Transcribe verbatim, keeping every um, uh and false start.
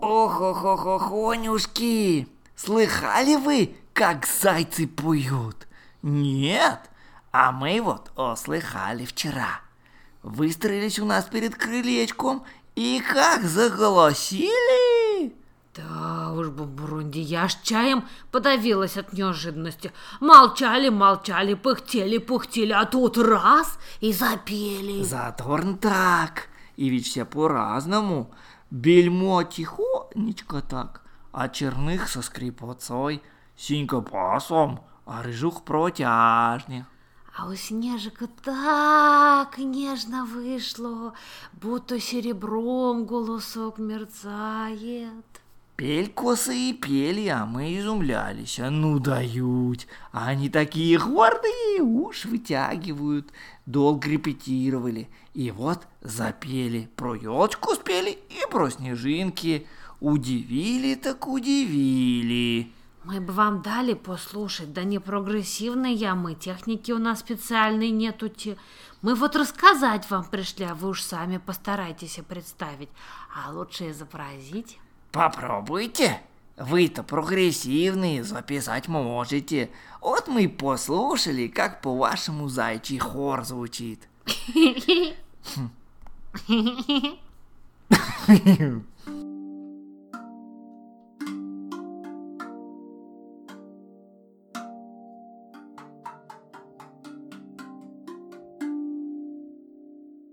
Ох-ох-ох-охонюшки, слыхали вы, как зайцы поют? Нет? А мы вот услыхали вчера. Выстроились у нас перед крылечком и как заголосили. Да уж, Бумбурунди, я аж чаем подавилась от неожиданности. Молчали, молчали, пыхтели, пыхтели, а тут раз и запели. Задорно так. И ведь все по-разному. Бельмо тихонечко так, а черных со скрипотцой, синька басом, а рыжух протяжнее. А у Снежика так нежно вышло, будто серебром голосок мерцает. Пель косы и пели, а мы изумлялись. А ну дают. А они такие гордые, уж вытягивают. Долго репетировали. И вот запели. Про елочку спели и про снежинки. Удивили так удивили. Мы бы вам дали послушать, да не прогрессивные я мы, техники у нас специальной нету. Мы вот рассказать вам пришли, а вы уж сами постарайтесь представить, а лучше изобразить. Попробуйте. Вы-то прогрессивные, записать можете. Вот мы послушали, как по-вашему зайчий хор звучит.